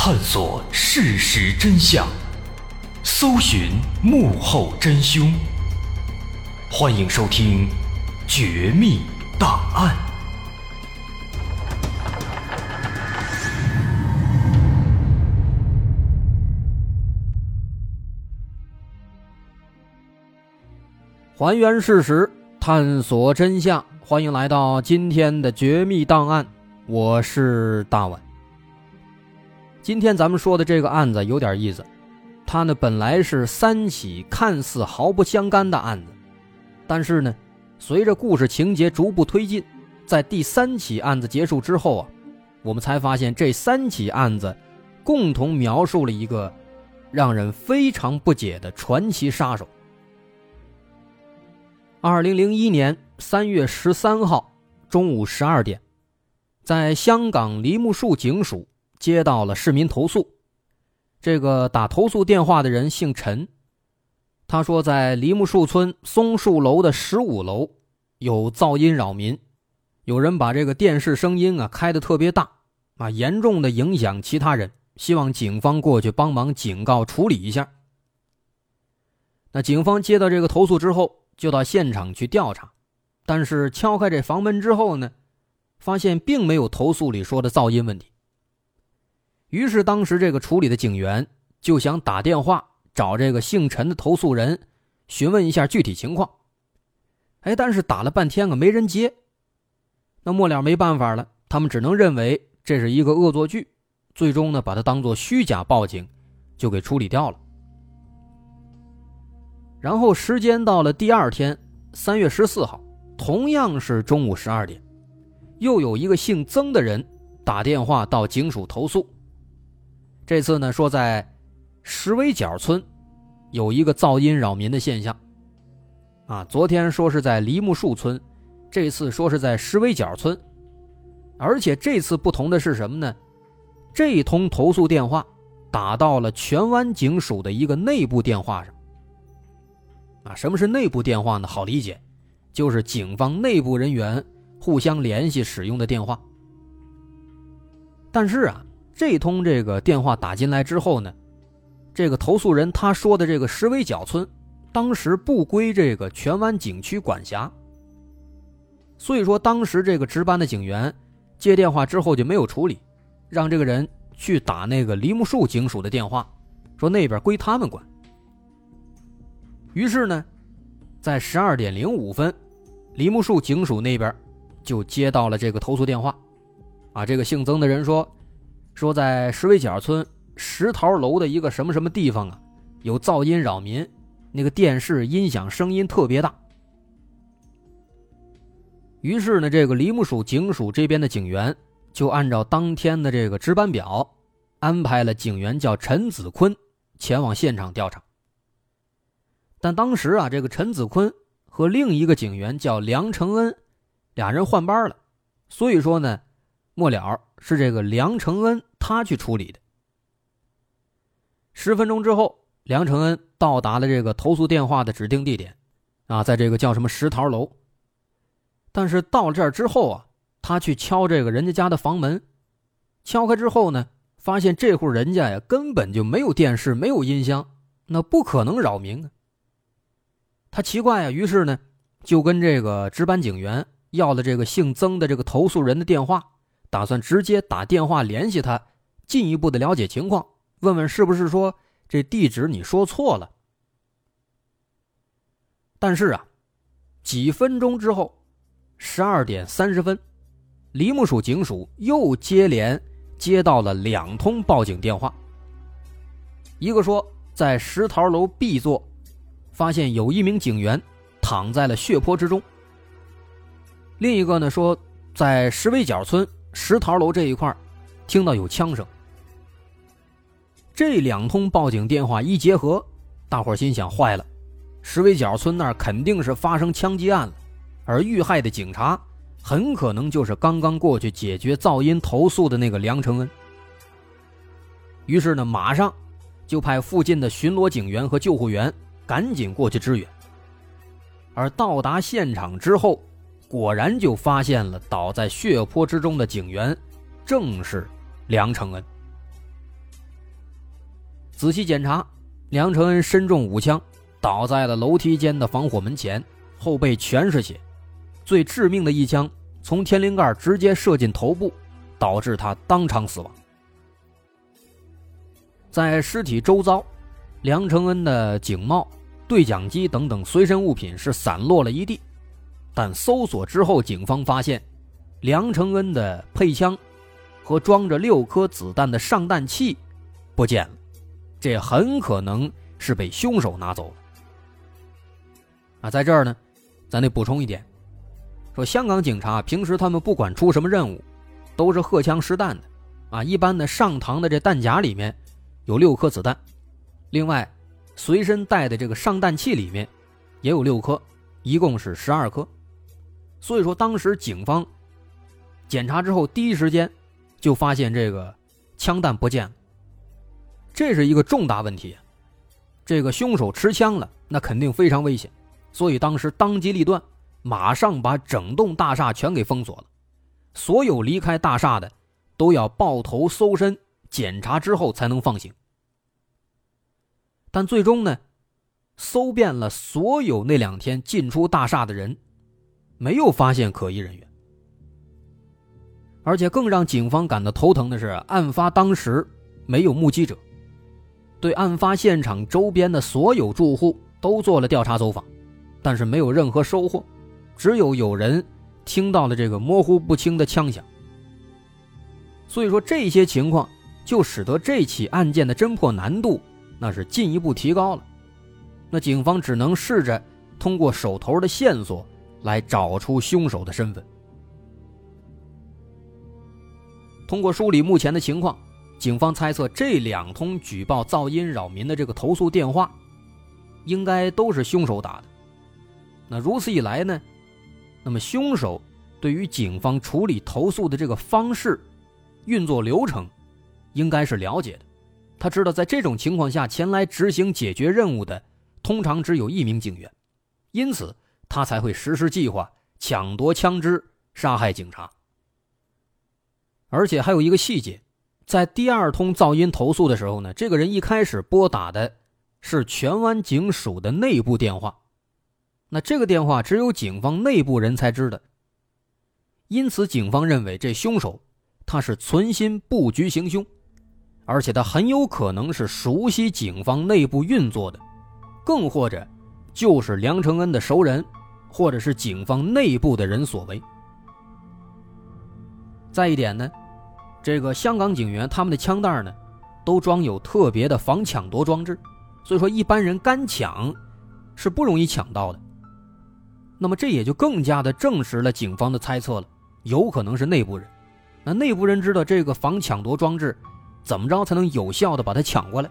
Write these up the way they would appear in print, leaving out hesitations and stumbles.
探索事实真相，搜寻幕后真凶。欢迎收听《绝密档案》。 还原事实，探索真相，欢迎来到今天的绝密档案，我是大碗。今天咱们说的这个案子有点意思，它呢本来是3起看似毫不相干的案子，但是呢随着故事情节逐步推进，在第3起案子结束之后啊，我们才发现这3起案子共同描述了一个让人非常不解的传奇杀手。2001年3月13号中午12点，在香港梨木树警署接到了市民投诉。这个打投诉电话的人姓陈，他说在梨木树村松树楼的15楼有噪音扰民，有人把这个电视声音开得特别大，严重的影响其他人，希望警方过去帮忙警告处理一下。那警方接到这个投诉之后就到现场去调查，但是敲开这房门之后呢，发现并没有投诉里说的噪音问题。于是当时这个处理的警员就想打电话找这个姓陈的投诉人询问一下具体情况。但是打了半天没人接。那末了没办法了，他们只能认为这是一个恶作剧，最终呢把它当作虚假报警就给处理掉了。然后时间到了第二天3月14号，同样是中午12点，又有一个姓曾的人打电话到警署投诉。这次呢说在石围角村有一个噪音扰民的现象。昨天说是在梨木树村，这次说是在石围角村。而且这次不同的是什么呢？这一通投诉电话打到了荃湾警署的一个内部电话上。什么是内部电话呢？好理解，就是警方内部人员互相联系使用的电话。但是这通这个电话打进来之后呢，这个投诉人他说的这个石围角村当时不归这个荃湾警区管辖，所以说当时这个值班的警员接电话之后就没有处理，让这个人去打那个梨木树警署的电话，说那边归他们管。于是呢在12点05分，梨木树警署那边就接到了这个投诉电话。这个姓曾的人说在石围角村石桃楼的一个什么什么地方有噪音扰民，那个电视音响声音特别大。于是呢这个梨木树警署这边的警员就按照当天的这个值班表安排了警员叫陈子坤前往现场调查。但当时这个陈子坤和另一个警员叫梁承恩，俩人换班了，所以说呢末了是这个梁承恩他去处理的。10分钟之后，梁承恩到达了这个投诉电话的指定地点在这个叫什么石桃楼。但是到这儿之后他去敲这个人家家的房门，敲开之后呢，发现这户人家根本就没有电视，没有音箱，那不可能扰民他奇怪于是呢就跟这个值班警员要了这个姓曾的这个投诉人的电话，打算直接打电话联系他，进一步的了解情况，问问是不是说这地址你说错了。但是几分钟之后12点30分，梨木树警署又接连接到了2通报警电话。一个说在石桃楼 B 座发现有一名警员躺在了血泊之中，另一个呢说在石围角村石桃楼这一块听到有枪声。这2通报警电话一结合，大伙心想坏了，石围角村那儿肯定是发生枪击案了，而遇害的警察很可能就是刚刚过去解决噪音投诉的那个梁承恩。于是呢马上就派附近的巡逻警员和救护员赶紧过去支援。而到达现场之后，果然就发现了倒在血泊之中的警员正是梁承恩。 仔细检查，梁承恩身中5枪，倒在了楼梯间的防火门前，后背全是血，最致命的一枪从天灵盖直接射进头部，导致他当场死亡。在尸体周遭，梁承恩的警帽、对讲机等等随身物品是散落了一地，但搜索之后，警方发现梁承恩的配枪和装着6颗子弹的上弹器不见了，这很可能是被凶手拿走了。在这儿呢，咱得补充一点，说香港警察平时他们不管出什么任务，都是荷枪实弹的一般的上膛的这弹夹里面有6颗子弹，另外随身带的这个上弹器里面也有6颗，一共是12颗。所以说当时警方检查之后，第一时间就发现这个枪弹不见了，这是一个重大问题。这个凶手持枪了，那肯定非常危险，所以当时当机立断，马上把整栋大厦全给封锁了，所有离开大厦的都要抱头搜身，检查之后才能放行。但最终呢，搜遍了所有那2天进出大厦的人，没有发现可疑人员。而且更让警方感到头疼的是，案发当时没有目击者，对案发现场周边的所有住户都做了调查走访，但是没有任何收获，只有人听到了这个模糊不清的枪响。所以说这些情况就使得这起案件的侦破难度那是进一步提高了。那警方只能试着通过手头的线索来找出凶手的身份。通过梳理目前的情况，警方猜测这2通举报噪音扰民的这个投诉电话应该都是凶手打的。那如此一来呢，那么凶手对于警方处理投诉的这个方式、运作流程应该是了解的，他知道在这种情况下前来执行解决任务的通常只有1名警员，因此他才会实施计划，抢夺枪支，杀害警察。而且还有一个细节，在第2通噪音投诉的时候呢，这个人一开始拨打的是荃湾警署的内部电话，那这个电话只有警方内部人才知道，因此警方认为这凶手他是存心布局行凶，而且他很有可能是熟悉警方内部运作的，更或者就是梁承恩的熟人，或者是警方内部的人所为。再一点呢，这个香港警员他们的枪弹呢都装有特别的防抢夺装置，所以说一般人干抢是不容易抢到的。那么这也就更加的证实了警方的猜测了，有可能是内部人。那内部人知道这个防抢夺装置怎么着才能有效的把它抢过来。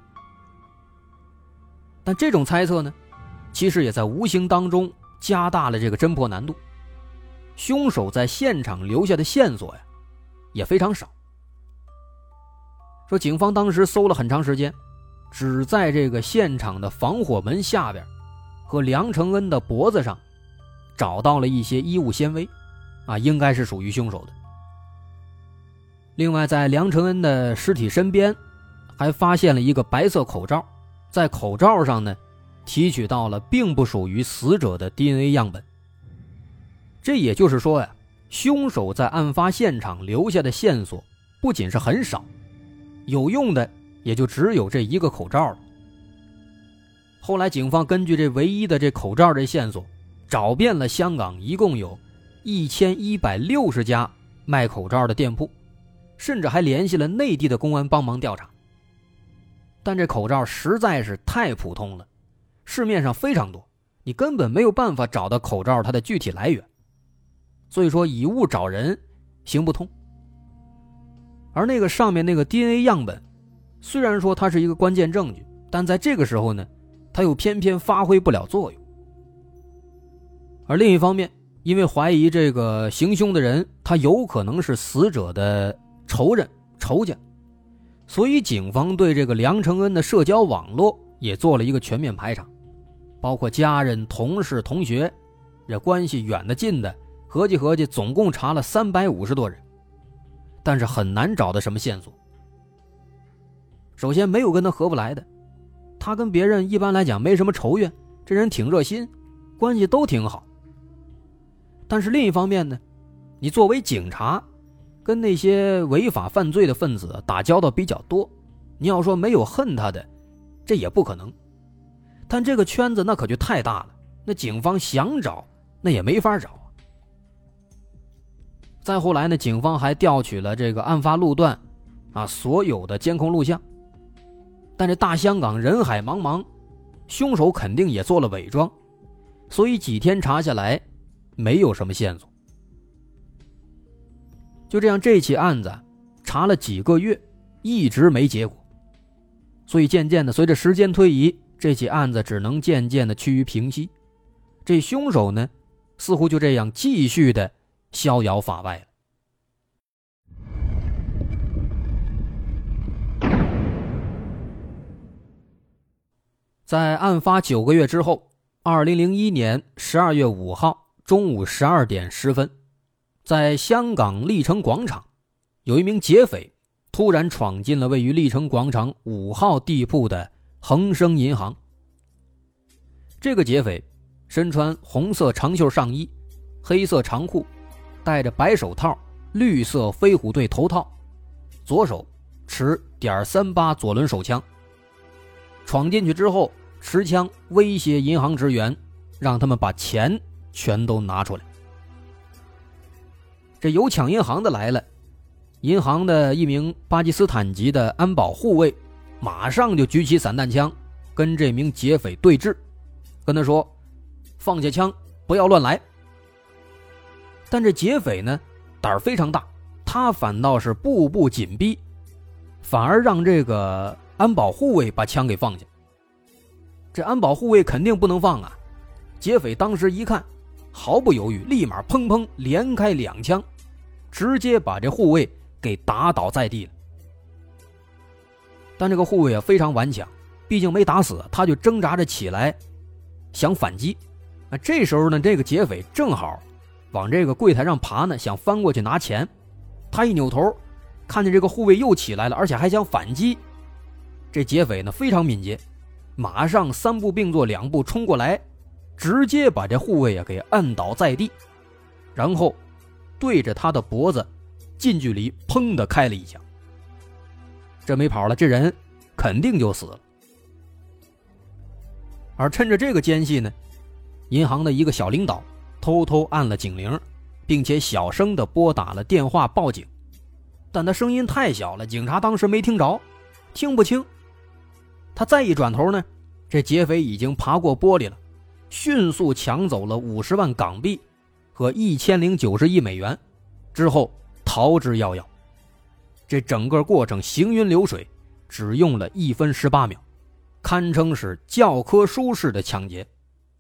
但这种猜测呢，其实也在无形当中加大了这个侦破难度。凶手在现场留下的线索也非常少。说警方当时搜了很长时间，只在这个现场的防火门下边和梁承恩的脖子上找到了一些衣物纤维应该是属于凶手的。另外在梁承恩的尸体身边还发现了一个白色口罩，在口罩上呢提取到了并不属于死者的 DNA 样本。这也就是说凶手在案发现场留下的线索不仅是很少，有用的也就只有这一个口罩了。后来警方根据这唯一的这口罩这线索，找遍了香港一共有1160家卖口罩的店铺，甚至还联系了内地的公安帮忙调查。但这口罩实在是太普通了，市面上非常多，你根本没有办法找到口罩它的具体来源，所以说以物找人行不通。而那个上面那个 DNA 样本，虽然说它是一个关键证据，但在这个时候呢，它又偏偏发挥不了作用。而另一方面，因为怀疑这个行凶的人他有可能是死者的仇人仇家，所以警方对这个梁承恩的社交网络也做了一个全面排查，包括家人、同事、同学，这关系远的近的，合计总共查了350多人，但是很难找到什么线索。 首先没有跟他合不来的，他跟别人一般来讲没什么仇怨，这人挺热心，关系都挺好。但是另一方面呢，你作为警察，跟那些违法犯罪的分子打交道比较多，你要说没有恨他的，这也不可能。但这个圈子那可就太大了，那警方想找那也没法找。再后来呢，警方还调取了这个案发路段所有的监控录像。但这大香港人海茫茫，凶手肯定也做了伪装，所以几天查下来没有什么线索。就这样，这起案子查了几个月一直没结果，所以渐渐的随着时间推移，这起案子只能渐渐的趋于平息。这凶手呢，似乎就这样继续的逍遥法外了。在案发9个月之后，2001年12月5号中午12点10分，在香港利城广场，有一名劫匪突然闯进了位于利城广场5号地铺的恒生银行。这个劫匪身穿红色长袖上衣、黑色长裤，戴着白手套、绿色飞虎队头套，左手持.38左轮手枪。闯进去之后，持枪威胁银行职员，让他们把钱全都拿出来。这有抢银行的来了，银行的一名巴基斯坦籍的安保护卫马上就举起散弹枪跟这名劫匪对峙，跟他说放下枪，不要乱来。但这劫匪呢，胆儿非常大，他反倒是步步紧逼，反而让这个安保护卫把枪给放下。这安保护卫肯定不能放啊，劫匪当时一看，毫不犹豫，立马砰砰连开2枪，直接把这护卫给打倒在地了。但这个护卫非常顽强，毕竟没打死，他就挣扎着起来想反击。这时候呢，这个劫匪正好往这个柜台上爬呢，想翻过去拿钱。他一扭头，看见这个护卫又起来了，而且还想反击。这劫匪呢非常敏捷，马上3步并作2步冲过来，直接把这护卫给按倒在地，然后对着他的脖子近距离砰的开了一枪。这没跑了，这人肯定就死了。而趁着这个间隙呢，银行的一个小领导偷偷按了警铃，并且小声的拨打了电话报警，但他声音太小了，警察当时没听着，听不清。他再一转头呢，这劫匪已经爬过玻璃了，迅速抢走了50万港币和1091美元，之后逃之夭夭。这整个过程行云流水，只用了1分18秒，堪称是教科书式的抢劫。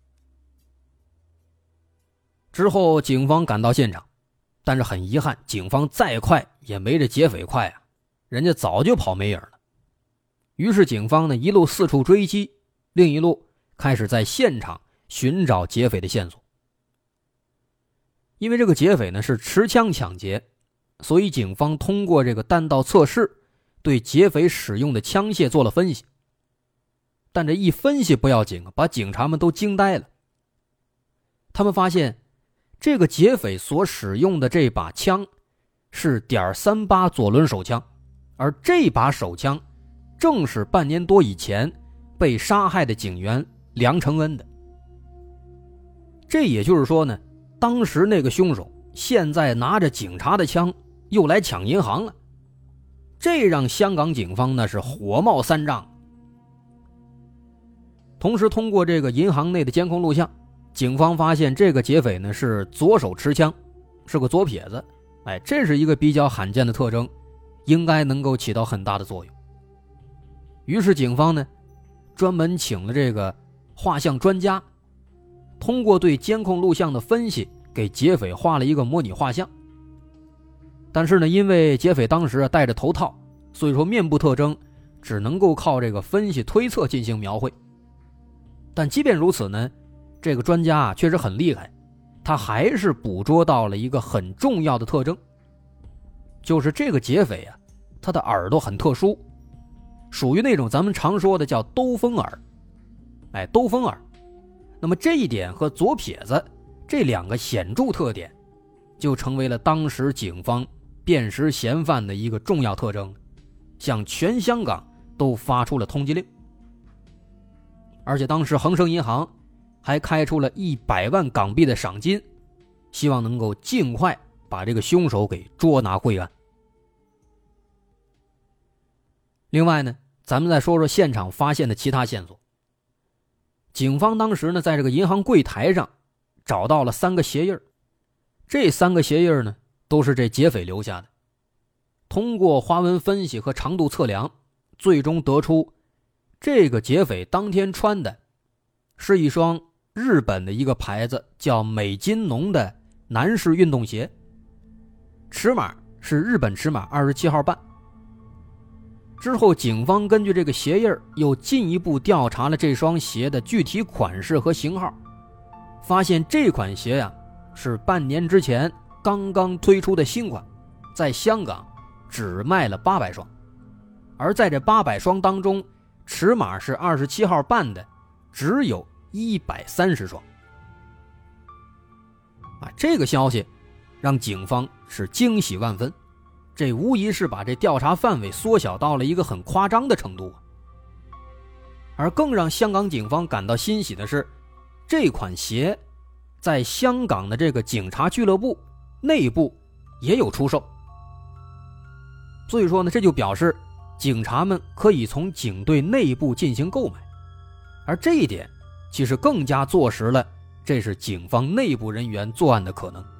之后警方赶到现场，但是很遗憾，警方再快也没这劫匪快啊，人家早就跑没影了。于是警方呢一路四处追击，另一路开始在现场寻找劫匪的线索。因为这个劫匪呢是持枪抢劫，所以警方通过这个弹道测试对劫匪使用的枪械做了分析。但这一分析不要紧，把警察们都惊呆了。他们发现这个劫匪所使用的这把枪是.38左轮手枪，而这把手枪正是半年多以前被杀害的警员梁承恩的。这也就是说呢，当时那个凶手现在拿着警察的枪又来抢银行了，这让香港警方呢是火冒三丈。同时通过这个银行内的监控录像，警方发现这个劫匪呢是左手持枪，是个左撇子，这是一个比较罕见的特征，应该能够起到很大的作用。于是警方呢专门请了这个画像专家，通过对监控录像的分析，给劫匪画了一个模拟画像。但是呢，因为劫匪当时戴着头套，所以说面部特征只能够靠这个分析推测进行描绘。但即便如此呢，这个专家确实很厉害，他还是捕捉到了一个很重要的特征，就是这个劫匪他的耳朵很特殊， 属于那种咱们常说的叫兜风耳。兜风耳。那么这一点和左撇子这2个显著特点，就成为了当时警方辨识嫌犯的一个重要特征，向全香港都发出了通缉令。而且当时恒生银行还开出了100万港币的赏金，希望能够尽快把这个凶手给捉拿归案。另外呢，咱们再说说现场发现的其他线索。警方当时呢，在这个银行柜台上找到了3个鞋印，这3个鞋印呢，都是这劫匪留下的。通过花纹分析和长度测量，最终得出这个劫匪当天穿的是一双日本的一个牌子叫美津浓的男士运动鞋，尺码是日本尺码27号半。之后警方根据这个鞋印又进一步调查了这双鞋的具体款式和型号，发现这款鞋是半年之前刚刚推出的新款，在香港只卖了800双，而在这800双当中，尺码是27号半的只有130双。这个消息让警方是惊喜万分，这无疑是把这调查范围缩小到了一个很夸张的程度。而更让香港警方感到欣喜的是，这款鞋在香港的这个警察俱乐部内部也有出售。所以说呢，这就表示警察们可以从警队内部进行购买，而这一点其实更加坐实了这是警方内部人员作案的可能。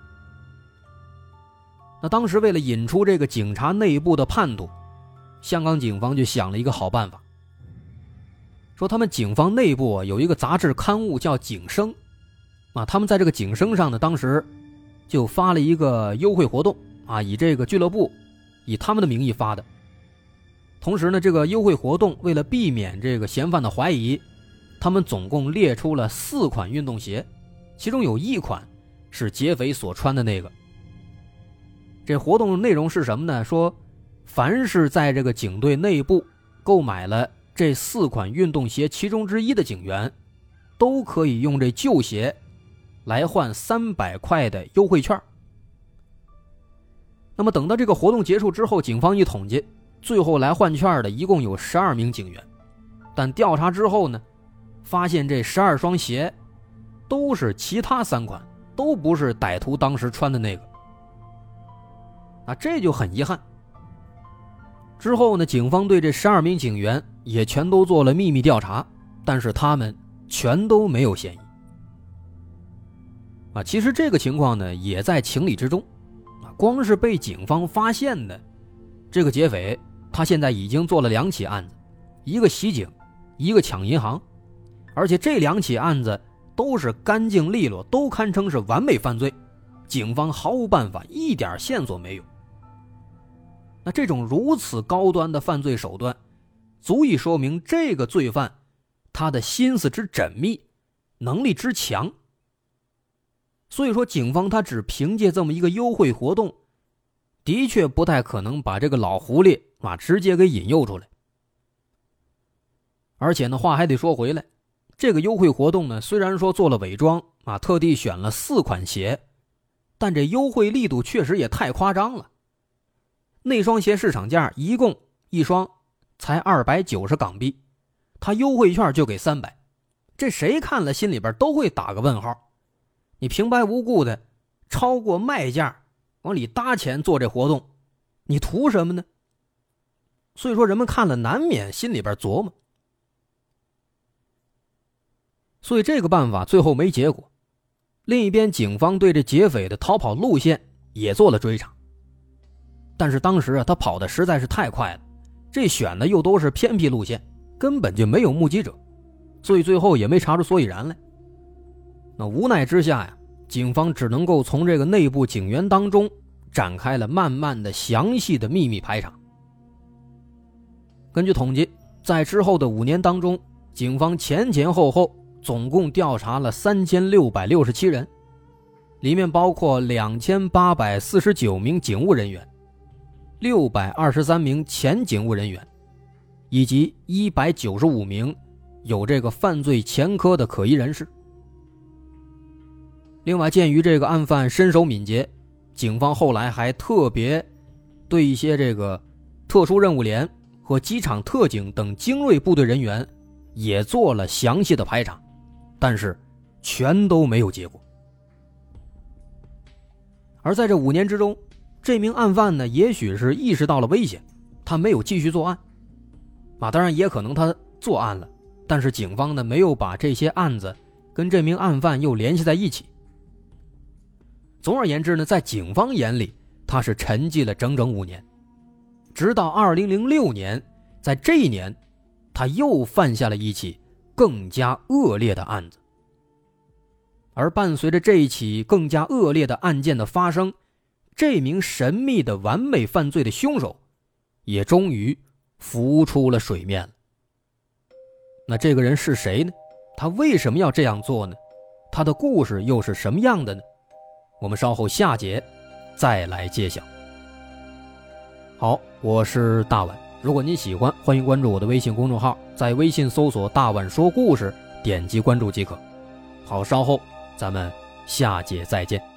那当时为了引出这个警察内部的叛徒，香港警方就想了一个好办法，说他们警方内部有一个杂志刊物叫警声，他们在这个警声上呢，当时就发了一个优惠活动以这个俱乐部以他们的名义发的。同时呢，这个优惠活动为了避免这个嫌犯的怀疑，他们总共列出了4款运动鞋，其中有1款是劫匪所穿的那个。这活动内容是什么呢？说凡是在这个警队内部购买了这4款运动鞋其中之一的警员，都可以用这旧鞋来换300块的优惠券。那么等到这个活动结束之后，警方一统计，最后来换券的一共有12名警员，但调查之后呢，发现这12双鞋都是其他3款，都不是歹徒当时穿的那个。这就很遗憾。之后呢，警方对这12名警员也全都做了秘密调查，但是他们全都没有嫌疑。其实这个情况呢也在情理之中。光是被警方发现的这个劫匪，他现在已经做了2起案子，一个袭警，一个抢银行，而且这2起案子都是干净利落，都堪称是完美犯罪，警方毫无办法，一点线索没有。那这种如此高端的犯罪手段，足以说明这个罪犯他的心思之缜密，能力之强。所以说警方他只凭借这么一个优惠活动，的确不太可能把这个老狐狸直接给引诱出来。而且呢，话还得说回来，这个优惠活动呢，虽然说做了伪装特地选了4款鞋，但这优惠力度确实也太夸张了。那双鞋市场价一共一双才290港币，他优惠券就给300，这谁看了心里边都会打个问号。你平白无故的超过卖价往里搭钱做这活动，你图什么呢？所以说人们看了难免心里边琢磨。所以这个办法最后没结果。另一边警方对这劫匪的逃跑路线也做了追查，但是当时他跑的实在是太快了，这选的又都是偏僻路线，根本就没有目击者，所以最后也没查出所以然来。那无奈之下警方只能够从这个内部警员当中展开了慢慢的详细的秘密排查。根据统计，在之后的5年当中，警方前前后后总共调查了3667人，里面包括2849名警务人员，623名前警务人员， 以及195名有这个犯罪前科的可疑人士。另外，鉴于这个案犯身手敏捷，警方后来还特别对一些这个特殊任务连和机场特警等精锐部队人员也做了详细的排查，但是全都没有结果。而在这5年之中，这名案犯呢，也许是意识到了危险，他没有继续作案。当然也可能他作案了，但是警方呢没有把这些案子跟这名案犯又联系在一起。总而言之呢，在警方眼里，他是沉寂了整整5年，直到2006年，在这一年，他又犯下了一起更加恶劣的案子。而伴随着这一起更加恶劣的案件的发生，这名神秘的完美犯罪的凶手也终于浮出了水面了。那这个人是谁呢？他为什么要这样做呢？他的故事又是什么样的呢？我们稍后下节再来揭晓。好，我是大碗，如果您喜欢，欢迎关注我的微信公众号，在微信搜索大碗说故事，点击关注即可。好，稍后咱们下节再见。